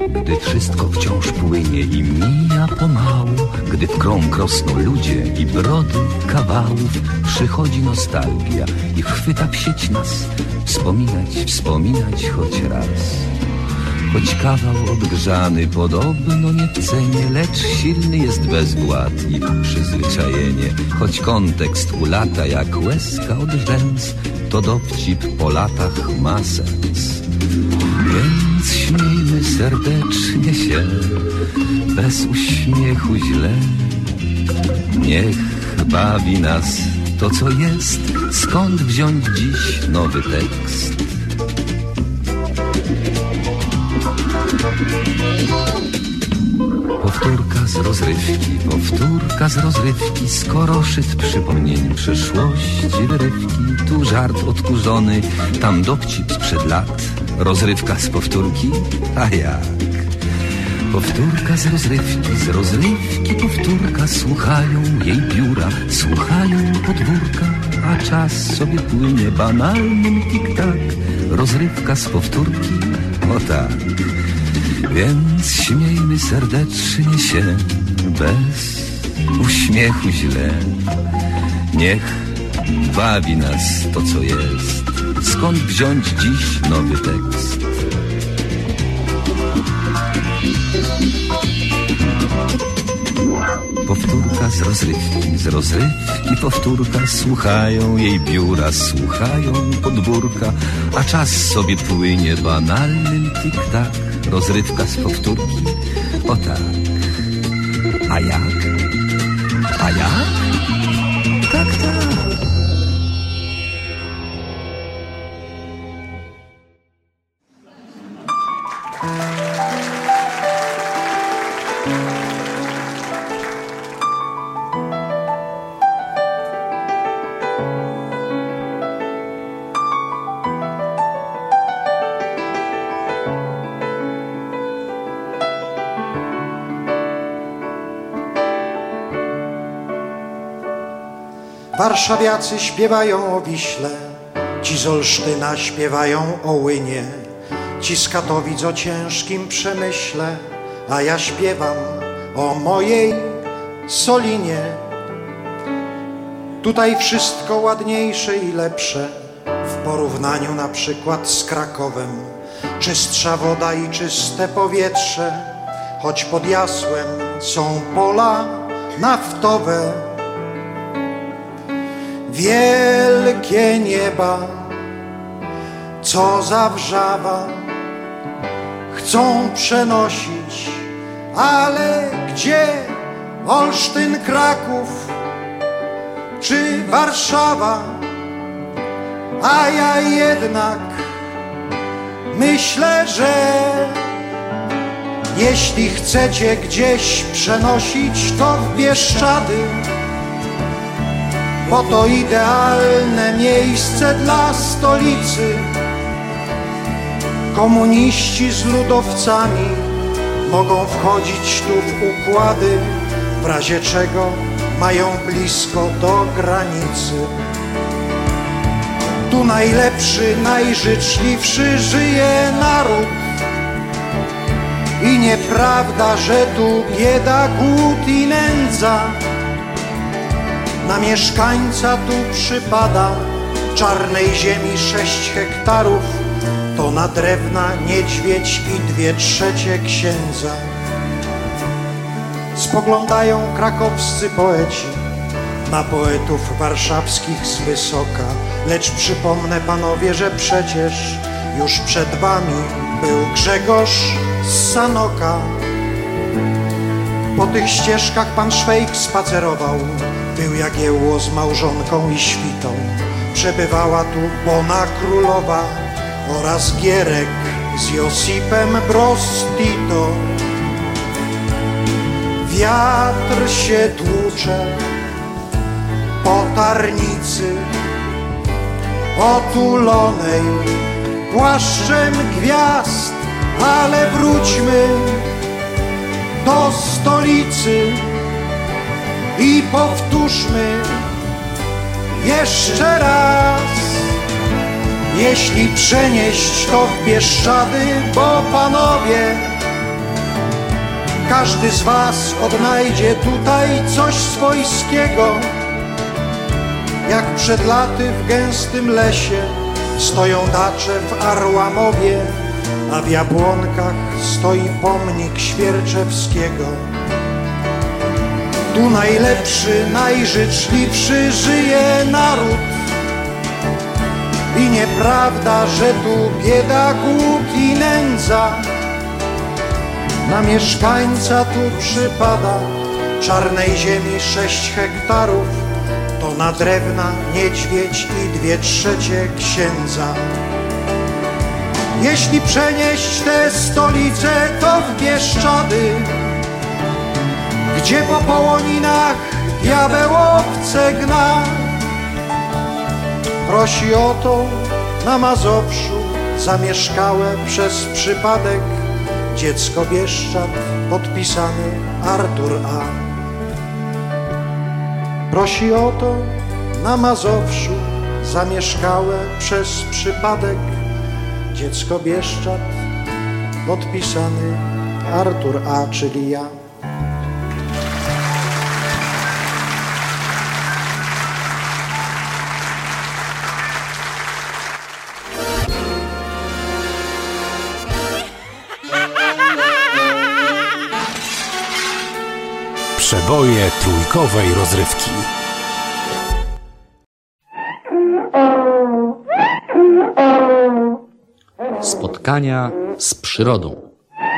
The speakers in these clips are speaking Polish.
Gdy wszystko wciąż płynie i mija pomału, gdy w krąg rosną ludzie i brody kawałów, przychodzi nostalgia i chwyta w sieć nas. Wspominać choć raz. Choć kawał odgrzany podobno nie w cenie, lecz silny jest bezwład i przyzwyczajenie. Choć kontekst ulata jak łezka od rzęs, to dowcip po latach ma sens. Więc śmiejmy serdecznie się, bez uśmiechu źle. Niech bawi nas to, co jest. Skąd wziąć dziś nowy tekst? Powtórka z rozrywki, skoro szyt przypomnień przeszłości wyrywki. Tu żart odkurzony, tam dowcip sprzed lat. Rozrywka z powtórki, a jak? Powtórka z rozrywki, powtórka. Słuchają jej biura, słuchają podwórka, a czas sobie płynie banalnym tik-tak. Rozrywka z powtórki, o tak. Więc śmiejmy serdecznie się, bez uśmiechu źle. Niech bawi nas to, co jest. Skąd wziąć dziś nowy tekst? Powtórka z rozrywki, powtórka. Słuchają jej biura, słuchają podwórka, a czas sobie płynie banalnym tik-tak. Rozrywka z powtórki, o tak. A jak? A jak? Tak, tak. Warszawiacy śpiewają o Wiśle, ci z Olsztyna śpiewają o Łynie, ci z Katowic o ciężkim przemyśle, a ja śpiewam o mojej Solinie. Tutaj wszystko ładniejsze i lepsze w porównaniu na przykład z Krakowem. Czystsza woda i czyste powietrze, choć pod Jasłem są pola naftowe. Wielkie nieba, co za wrzawa, chcą przenosić, ale gdzie? Olsztyn, Kraków czy Warszawa? A ja jednak myślę, że jeśli chcecie gdzieś przenosić, to w Bieszczady, bo to idealne miejsce dla stolicy. Komuniści z ludowcami mogą wchodzić tu w układy, w razie czego mają blisko do granicy. Tu najlepszy, najżyczliwszy żyje naród i nieprawda, że tu bieda, głód i nędza. Na mieszkańca tu przypada czarnej ziemi 6 hektarów, to na drewna niedźwiedź i 2/3 księdza. Spoglądają krakowscy poeci na poetów warszawskich z wysoka, lecz przypomnę panowie, że przecież już przed wami był Grzegorz z Sanoka. Po tych ścieżkach pan Szwejk spacerował, był Jagiełło z małżonką i świtą. Przebywała tu Bona Królowa oraz Gierek z Josipem Broz Tito. Wiatr się tłucze po Tarnicy, otulonej płaszczem gwiazd, ale wróćmy do stolicy i powtórzmy jeszcze raz. Jeśli przenieść to w Bieszczady, bo panowie Każdy z was odnajdzie tutaj coś swojskiego. Jak przed laty w gęstym lesie stoją dacze w Arłamowie, a w Jabłonkach stoi pomnik Świerczewskiego. Tu najlepszy, najżyczliwszy żyje naród i nieprawda, że tu bieda, głód i nędza. Na mieszkańca tu przypada czarnej ziemi 6 hektarów, to na drewna niedźwiedź i 2/3 księdza. Jeśli przenieść tę stolicę, to w Bieszczady, gdzie po połoninach diabeł owce gna. Prosi o to na Mazowszu zamieszkałe przez przypadek dziecko Bieszczad, podpisany Artur A. Prosi o to na Mazowszu zamieszkałe przez przypadek dziecko Bieszczad, podpisany Artur A., czyli ja. Przeboje trójkowej rozrywki. Spotkania z przyrodą.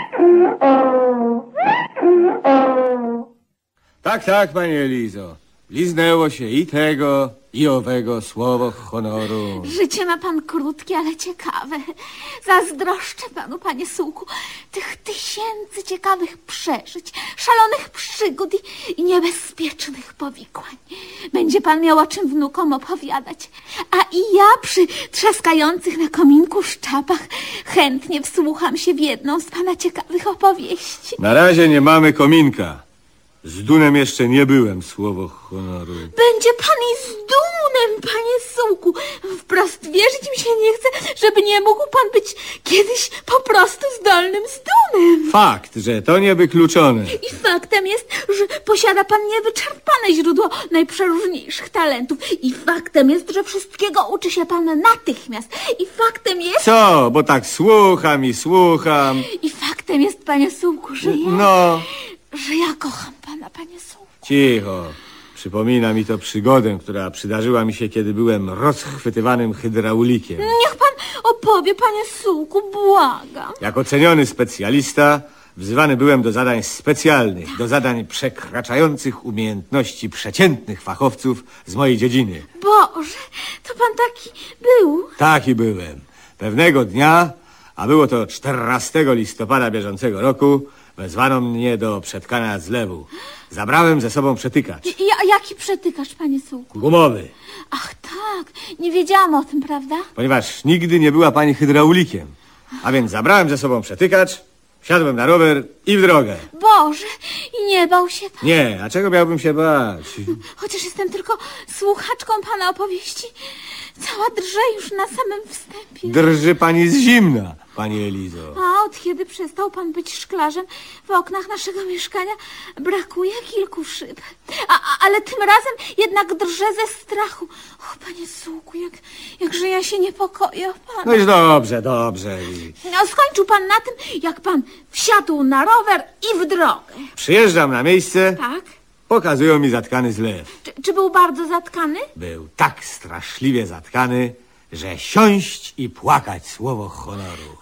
Tak, pani Elizo. Liznęło się i tego, i owego słowo honoru. Życie ma pan krótkie, ale ciekawe. Zazdroszczę panu, panie Sułku, tych 1000 ciekawych przeżyć, szalonych przygód i niebezpiecznych powikłań. Będzie pan miał o czym wnukom opowiadać. A i ja przy trzaskających na kominku szczapach chętnie wsłucham się w jedną z pana ciekawych opowieści. Na razie nie mamy kominka. Z Dunem jeszcze nie byłem, słowo honoru. Będzie pan i z Dunem, panie Sułku. Wprost wierzyć mi się nie chce, żeby nie mógł pan być kiedyś po prostu zdolnym z Dunem. Fakt, że to niewykluczone. I faktem jest, że posiada pan niewyczerpane źródło najprzeróżniejszych talentów. I faktem jest, że wszystkiego uczy się pan natychmiast. I faktem jest... Co? Bo tak słucham i słucham. I faktem jest, panie Sułku, że ja... No. Że ja kocham pana, panie Sułku. Cicho. Przypomina mi to przygodę, która przydarzyła mi się, kiedy byłem rozchwytywanym hydraulikiem. Niech pan opowie, panie Sułku, błagam. Jako ceniony specjalista wzywany byłem do zadań specjalnych, do zadań przekraczających umiejętności przeciętnych fachowców z mojej dziedziny. Boże, to pan taki był? Taki byłem. Pewnego dnia, a było to 14 listopada bieżącego roku, wezwano mnie do przetkania zlewu. Zabrałem ze sobą przetykacz. Jaki przetykacz, panie Sułku? Gumowy. Ach tak, nie wiedziałam o tym, prawda? Ponieważ nigdy nie była pani hydraulikiem. A więc zabrałem ze sobą przetykacz, wsiadłem na rower i w drogę. Boże, i nie bał się pan? Nie, a czego miałbym się bać? Chociaż jestem tylko słuchaczką pana opowieści, cała drżę już na samym wstępie. Drży pani z zimna, pani Elizo. A od kiedy przestał pan być szklarzem, w oknach naszego mieszkania brakuje kilku szyb. Ale tym razem jednak drżę ze strachu. Och, panie Sułku, jakże ja się niepokoję o pana. No już dobrze, dobrze. No, skończył pan na tym, jak pan wsiadł na rower i w drogę. Przyjeżdżam na miejsce, Tak? pokazują mi zatkany zlew. Czy był bardzo zatkany? Był tak straszliwie zatkany, że siąść i płakać, słowo honoru.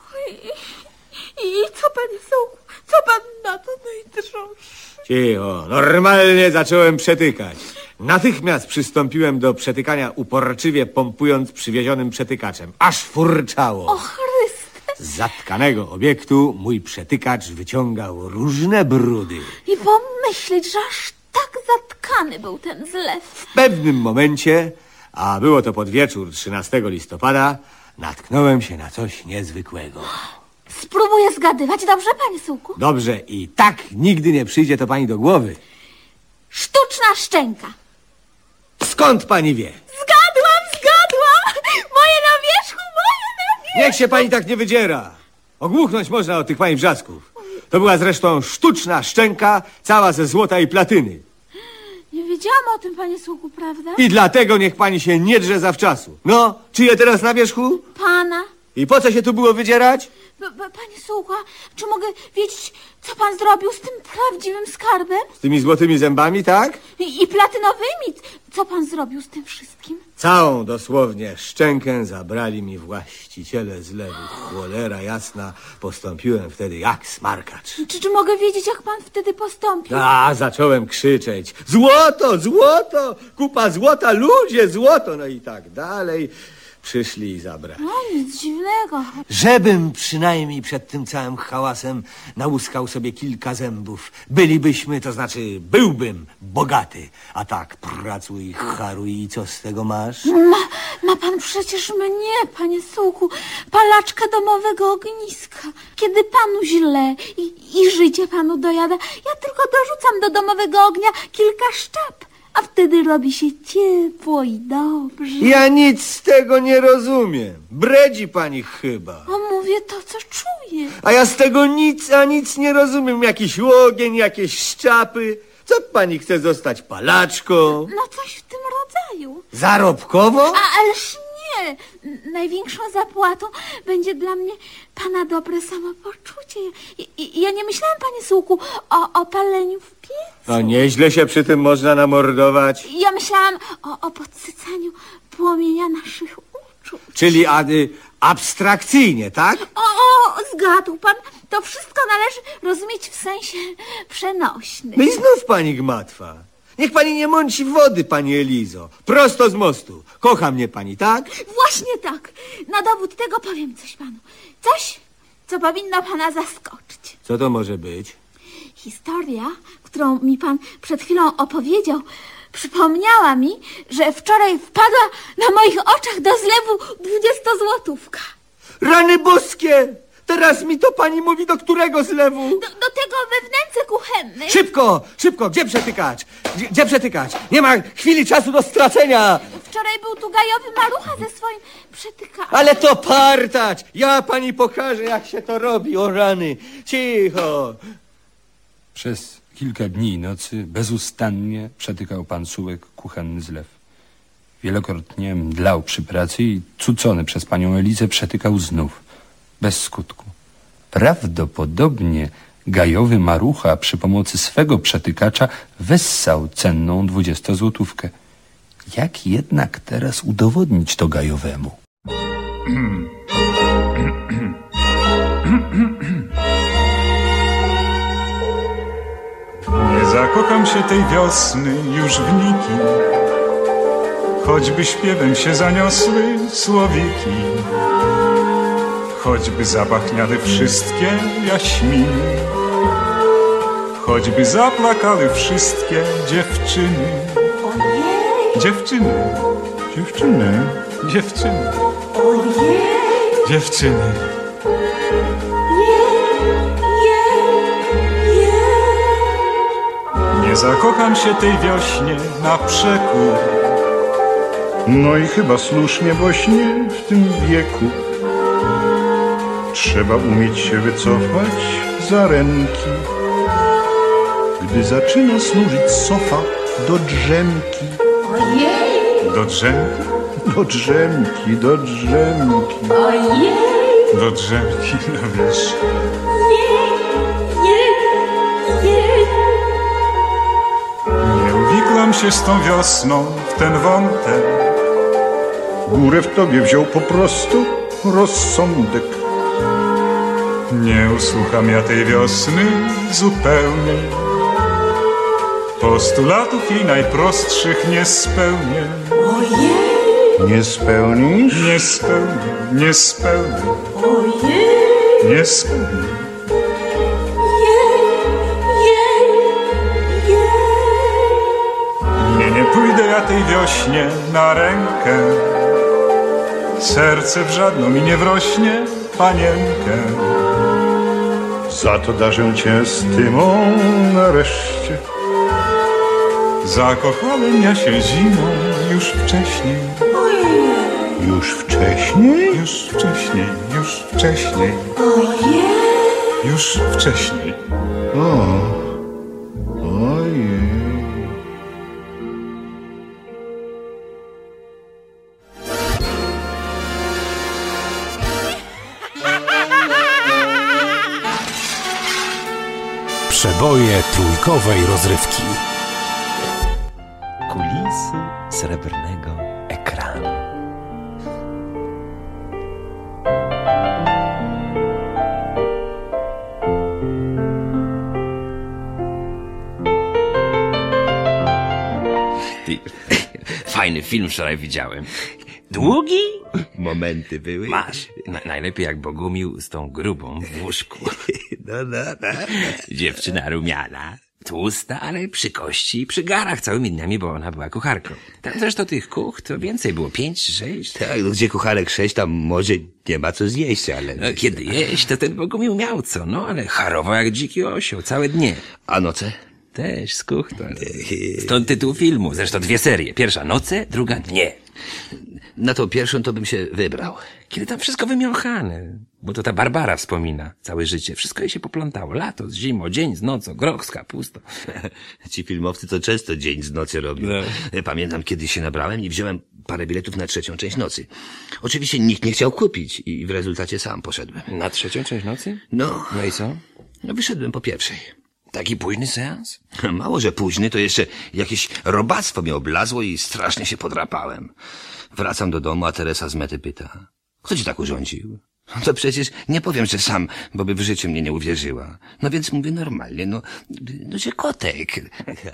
I co, panie Sułku? Co pan na to najdroższe? Cicho, normalnie zacząłem przetykać. Natychmiast przystąpiłem do przetykania, uporczywie pompując przywiezionym przetykaczem. Aż furczało. O Chryste! Z zatkanego obiektu mój przetykacz wyciągał różne brudy. I pomyśleć, że aż tak zatkany był ten zlew. W pewnym momencie, a było to pod wieczór 13 listopada, natknąłem się na coś niezwykłego. Spróbuję zgadywać, dobrze, panie Sułku? Dobrze, i tak nigdy nie przyjdzie to pani do głowy. Sztuczna szczęka. Skąd pani wie? Zgadłam! Moje na wierzchu, moje na wierzchu! Niech się pani tak nie wydziera. Ogłuchnąć można od tych pani wrzasków. To była zresztą sztuczna szczęka, cała ze złota i platyny. Nie wiedziałam o tym, panie Sułku, prawda? I dlatego niech pani się nie drze zawczasu. No, czyje teraz na wierzchu? Pana. I po co się tu było wydzierać? Panie Sułku, czy mogę wiedzieć, co pan zrobił z tym prawdziwym skarbem? Z tymi złotymi zębami, tak? I platynowymi? Co pan zrobił z tym wszystkim? Całą dosłownie szczękę zabrali mi właściciele zlewu. Cholera jasna, postąpiłem wtedy jak smarkacz. Czy mogę wiedzieć, jak pan wtedy postąpił? A, zacząłem krzyczeć. Złoto, złoto, kupa złota, ludzie, złoto. No i tak dalej. Przyszli i zabrali. No, nic dziwnego. Żebym przynajmniej przed tym całym hałasem nałuskał sobie kilka zębów. Bylibyśmy, to znaczy byłbym bogaty. A tak pracuj, haruj i co z tego masz? Ma pan przecież mnie, panie Sułku, palaczkę domowego ogniska. Kiedy panu źle i życie panu dojada, ja tylko dorzucam do domowego ognia kilka szczep. A wtedy robi się ciepło i dobrze. Ja nic z tego nie rozumiem. Bredzi pani chyba. A mówię to, co czuję. A ja z tego nic nie rozumiem. Jakiś ogień, jakieś szczapy. Co pani chce zostać palaczką? No coś w tym rodzaju. Zarobkowo? Ależ nie. Największą zapłatą będzie dla mnie pana dobre samopoczucie. Ja nie myślałam, panie Sułku, o paleniu w piecu. No nieźle się przy tym można namordować. Ja myślałam o podsycaniu płomienia naszych uczuć. Czyli abstrakcyjnie, tak? Zgadł pan. To wszystko należy rozumieć w sensie przenośnym. No i znów pani gmatwa. Niech pani nie mąci wody, pani Elizo. Prosto z mostu. Kocha mnie pani, tak? Właśnie tak. Na dowód tego powiem coś panu. Coś, co powinno pana zaskoczyć. Co to może być? Historia, którą mi pan przed chwilą opowiedział, przypomniała mi, że wczoraj wpadła na moich oczach do zlewu 20-złotówka. Rany boskie! Teraz mi to pani mówi, do którego zlewu? Do tego we wnęce kuchennej. Szybko, szybko, gdzie przetykać? Gdzie przetykać? Nie ma chwili czasu do stracenia. Wczoraj był tu gajowy marucha ze swoim przetykaniem. Ale to partać! Ja pani pokażę, jak się to robi, o rany. Cicho. Przez kilka dni i nocy bezustannie przetykał pan Sułek kuchenny zlew. Wielokrotnie mdlał przy pracy i cucony przez panią Elizę przetykał znów. Bez skutku. Prawdopodobnie gajowy marucha przy pomocy swego przetykacza wessał cenną 20-złotówkę. Jak jednak teraz udowodnić to gajowemu? Nie zakocham się tej wiosny już w nikim, choćby śpiewem się zaniosły słowiki, choćby zapachniały wszystkie jaśminy, choćby zaplakały wszystkie dziewczyny. Dziewczyny, dziewczyny, dziewczyny, dziewczyny. Nie zakocham się tej wiośnie na przekór. No i chyba słusznie właśnie w tym wieku trzeba umieć się wycofać za ręki, gdy zaczyna służyć sofa do drzemki. Do drzemki? Do drzemki, do drzemki. Do drzemki, no wiesz. Nie uwiklam się z tą wiosną w ten wątek. Górę w tobie wziął po prostu rozsądek. Nie usłucham ja tej wiosny zupełnie. Postulatów jej najprostszych nie spełnię. Nie spełnisz? Nie spełnię, nie spełnię. Nie spełnię. Nie pójdę ja tej wiośnie na rękę. Serce w żadną mi nie wrośnie panienkę. Za to darzę cię stymą nareszcie. Zakochałem ja się zimą już wcześniej. Już wcześniej? Już wcześniej, już wcześniej. Już wcześniej. Ojej. Przeboje trójkowej rozrywki. Kulisy srebrnego ekranu. Fajny film wczoraj widziałem. Długi? Momenty były. Masz. Najlepiej jak Bogumił z tą grubą w łóżku. No. Dziewczyna rumiana, tłusta, ale przy kości i przy garach całymi dniami, bo ona była kucharką. Tam zresztą tych kuch to więcej było, 5 czy 6. Tak, no gdzie kucharek 6, tam może nie ma co zjeść, ale... No, kiedy jeść, to ten Bogumił miał co, no ale harował jak dziki osioł, całe dnie. A noce? Też z kuch to. Stąd tytuł filmu, zresztą 2 serie. Pierwsza noce, druga dnie. Na tą pierwszą to bym się wybrał. Kiedy tam wszystko wymiąchane. Bo to ta Barbara wspomina całe życie. Wszystko jej się poplątało. Lato z zimą, dzień z nocą, groch z kapustą. Ci filmowcy to często dzień z nocy robią. No. Pamiętam, kiedyś się nabrałem i wziąłem parę biletów na 3. część nocy. Oczywiście nikt nie chciał kupić i w rezultacie sam poszedłem. Na 3. część nocy? No. No i co? No wyszedłem po pierwszej. Taki późny seans? Mało, że późny, to jeszcze jakieś robactwo mnie oblazło i strasznie się podrapałem. Wracam do domu, a Teresa z Mety pyta: kto ci tak urządził? To przecież nie powiem, że sam, bo by w życiu mnie nie uwierzyła. No więc mówię normalnie, no że kotek.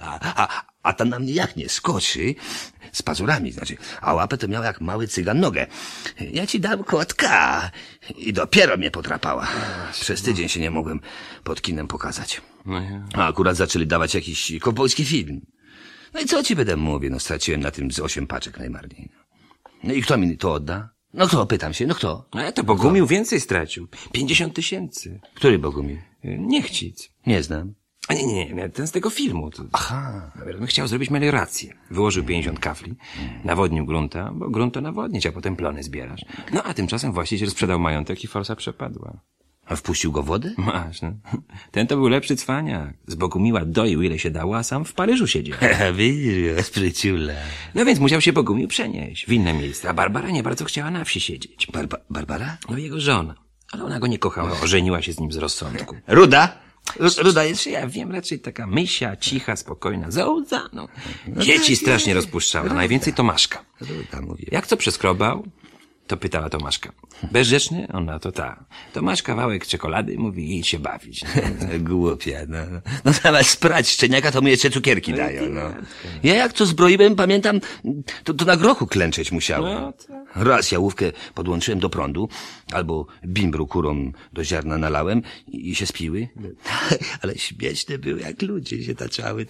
A ta na mnie jak nie skoczy, z pazurami, znaczy, a łapę to miał jak mały cygan nogę. Ja ci dam kotka. I dopiero mnie podrapała. Przez tydzień się nie mogłem pod kinem pokazać. A akurat zaczęli dawać jakiś kowbojski film. No i co ci będę mówił, no straciłem na tym z 8 paczek najmarniej. No i kto mi to odda? No kto, pytam się, no kto? A to Bogumił więcej stracił. 50 000. Który Bogumił? Niechcic. Nie znam. A nie, ten z tego filmu. Aha. Chciał zrobić meliorację. Wyłożył 50 kafli, nawodnił grunta, bo grunt to nawodnić, a potem plony zbierasz. No a tymczasem właściciel sprzedał majątek i forsa przepadła. A wpuścił go w wodę? Masz, no. Ten to był lepszy cwaniak. Z Bogumiła doił ile się dało, a sam w Paryżu siedział. Widzisz, spryciula. No więc musiał się Bogumił przenieść w inne miejsce, a Barbara nie bardzo chciała na wsi siedzieć. Barbara? No jego żona. Ale ona go nie kochała, ożeniła się z nim z rozsądku. Ruda? Ruda jest? Ja wiem, raczej taka mysia, cicha, spokojna, zaudza, no. Dzieci strasznie rozpuszczała, najwięcej Tomaszka. Ruda, mówię. Jak co przeskrobał, to pytała Tomaszka. Bezrzeczny? Ona to ta. Tomasz kawałek czekolady, mówi, idź się bawić. Głupia, no. No zamiast sprać szczeniaka, to mu jeszcze cukierki dają, no. Ja jak to zbroiłem, pamiętam, to na grochu klęczeć musiałem. No, Raz jałówkę podłączyłem do prądu, albo bimbru kurom do ziarna nalałem i się spiły. Ale śmieszne były, jak ludzie się taczały.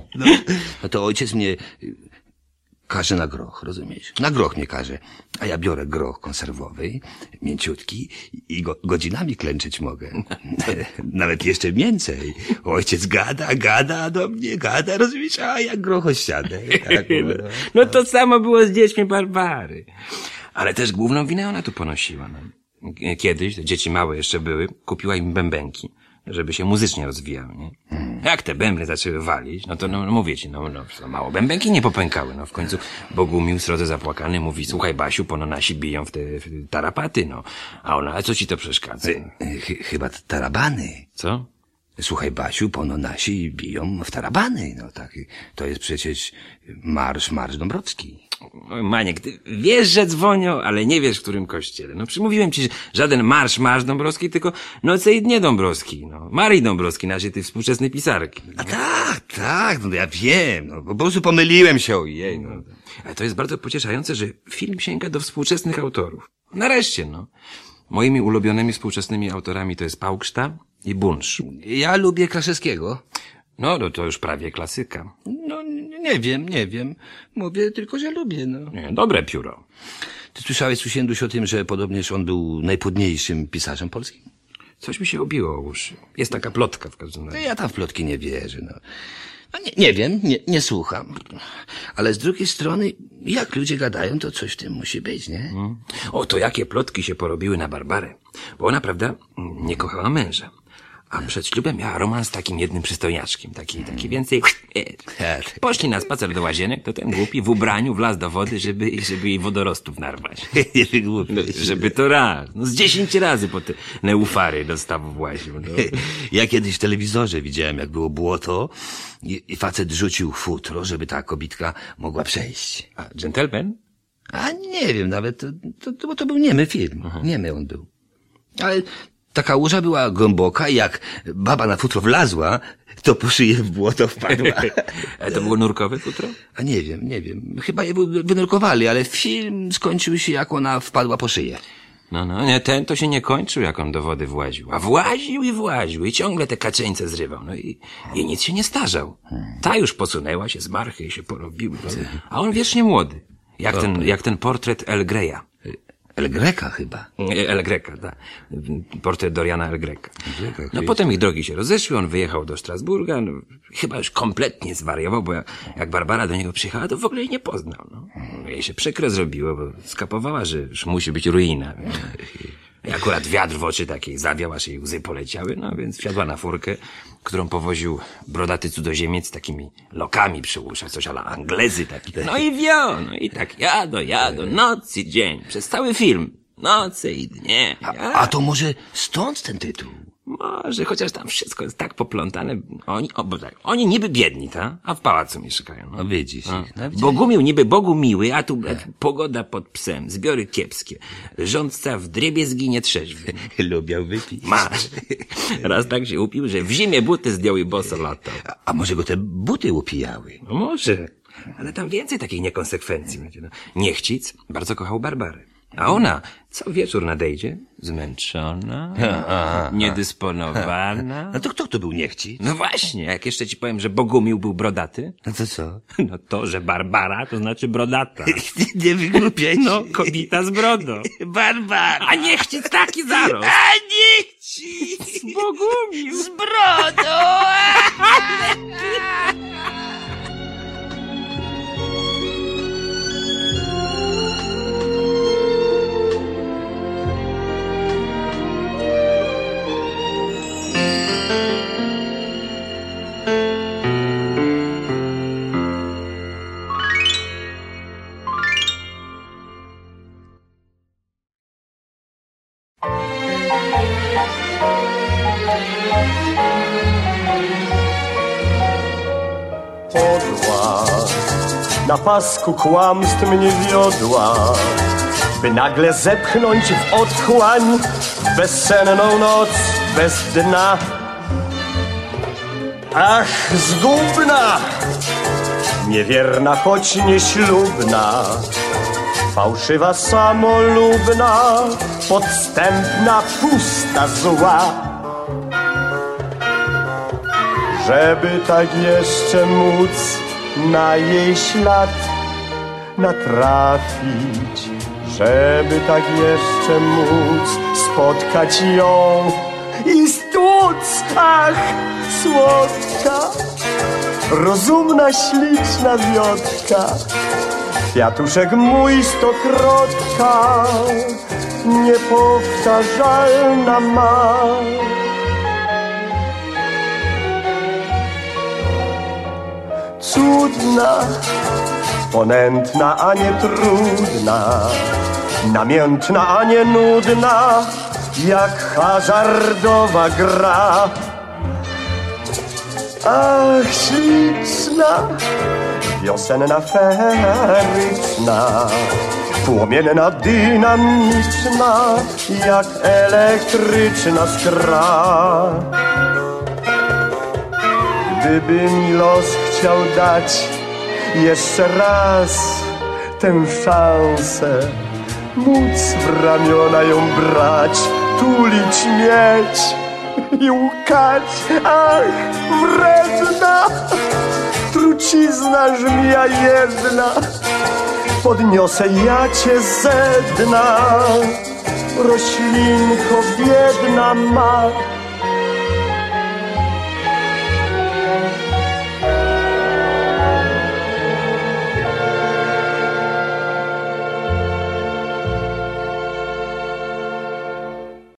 No to ojciec mnie każe na groch, rozumiesz? Na groch mnie każe. A ja biorę groch konserwowy, mięciutki i godzinami klęczeć mogę. Nawet jeszcze więcej. Ojciec gada do mnie, rozumiesz? A ja groch ościadę. Tak, no to samo było z dziećmi Barbary. Ale też główną winę ona tu ponosiła. No. Kiedyś, dzieci małe jeszcze były, kupiła im bębenki, żeby się muzycznie rozwijały, nie? Jak te bębny zaczęły walić, no to mówię ci, no mało bębenki nie popękały, no w końcu Bogumił srodze zapłakany mówi: słuchaj Basiu, pono nasi biją w te tarapaty, no. A ona: a co ci to przeszkadza? Chyba tarabany. Co? Słuchaj Basiu, pono nasi biją w tarabany, no tak. To jest przecież marsz Dąbrowski. Maniek, ty wiesz, że dzwonią, ale nie wiesz, w którym kościele. No przymówiłem ci, że żaden marsz Dąbrowski, tylko Noce i Dnie Dąbrowski, no. Marii Dąbrowski, naszej tej współczesnej pisarki. A tak, no ja wiem, no po prostu pomyliłem się, ojej, no. Ale to jest bardzo pocieszające, że film sięga do współczesnych autorów. Nareszcie, no. Moimi ulubionymi współczesnymi autorami to jest Paukszta i Bunsz. Ja lubię Kraszewskiego. No, to już prawie klasyka. No, nie wiem. Mówię tylko, że lubię, no. Nie, dobre pióro. Ty słyszałeś, Susienduś, o tym, że podobnież on był najpłodniejszym pisarzem polskim? Coś mi się obiło o uszy. Jest taka plotka w każdym razie. No ja tam w plotki nie wierzę, no. No nie wiem, nie słucham. Ale z drugiej strony, jak ludzie gadają, to coś w tym musi być, nie? O, to jakie plotki się porobiły na Barbarę. Bo ona, prawda, nie kochała męża. A przed ślubem miała romans z takim jednym przystojniaczkiem. Taki więcej... Poszli na spacer do łazienek, to ten głupi w ubraniu wlazł do wody, żeby jej wodorostów narwać. Żeby to raz. No z 10 razy po te neufary do stawu właził. No. Ja kiedyś w telewizorze widziałem, jak było błoto i facet rzucił futro, żeby ta kobitka mogła przejść. A dżentelmen? A nie wiem, nawet to był niemy film. Niemy on był. Ale taka łuża była głęboka i jak baba na futro wlazła, to po szyję w błoto wpadła. A to było nurkowe futro? A nie wiem. Chyba je wynurkowali, ale film skończył się, jak ona wpadła po szyję. No, nie, ten to się nie kończył, jak on do wody właził. A właził i ciągle te kaczeńce zrywał. No i nic się nie starzał. Ta już posunęła się z marchy i się porobiły. A on wiecznie młody. Jak ten portret El Greya. El Greca chyba. El Greca, tak. Portret Doriana El Greca. No potem ich drogi się rozeszły, on wyjechał do Strasburga, no, chyba już kompletnie zwariował, bo jak Barbara do niego przyjechała, to w ogóle jej nie poznał. No. Jej się przykro zrobiło, bo skapowała, że już musi być ruina. I akurat wiatr w oczy takiej zawiał, aż jej łzy poleciały, no więc wsiadła na furkę, którą powoził brodaty cudzoziemiec z takimi lokami przy uszach, coś ala Anglezy taki. No i no i tak jadą, noc i dzień, przez cały film. Noce i dnie. A to może stąd ten tytuł? Może, chociaż tam wszystko jest tak poplątane. Oni niby biedni, ta? A w pałacu mieszkają. No widzisz. Bogumił niby Bogu miły, a tu pogoda pod psem, zbiory kiepskie. Rządca w drobiezgi nie trzeźwy. Lubiał wypić. Masz. Raz tak się upił, że w zimie buty zdjął i boso latał. A może go te buty upijały? No może. Ale tam więcej takich niekonsekwencji. Niechcic bardzo kochał Barbarę. A ona co wieczór nadejdzie, zmęczona, niedysponowana. No to kto to był niechcic? No właśnie, jak jeszcze ci powiem, że Bogumił był brodaty. No to co? No to, że Barbara to znaczy brodata. Nie wygłupiaj. No, kobieta z brodą. Barbara. A niechcic taki zarost. A niechcic. Bogumił. Z brodą. Podła, na pasku kłamstw mnie wiodła, by nagle zepchnąć w otchłań bezsenną noc bez dna. Ach, zgubna, niewierna, choć nieślubna, fałszywa, samolubna, podstępna, pusta, zła. Żeby tak jeszcze móc na jej ślad natrafić, żeby tak jeszcze móc spotkać ją i stłuc, ach, słodka, rozumna, śliczna wiotka, kwiatuszek mój stokrotka, niepowtarzalna ma. Cudna, ponętna, a nie trudna, namiętna, a nie nudna, jak hazardowa gra. Ach, śliczna, wiosenna, feeryczna, płomienna, dynamiczna, jak elektryczna skra. Gdyby mi los chciał dać jeszcze raz tę szansę, móc w ramiona ją brać, tulić, mieć i łkać, ach, wredna trucizna żmija jedna, podniosę ja cię ze dna, roślinko biedna ma.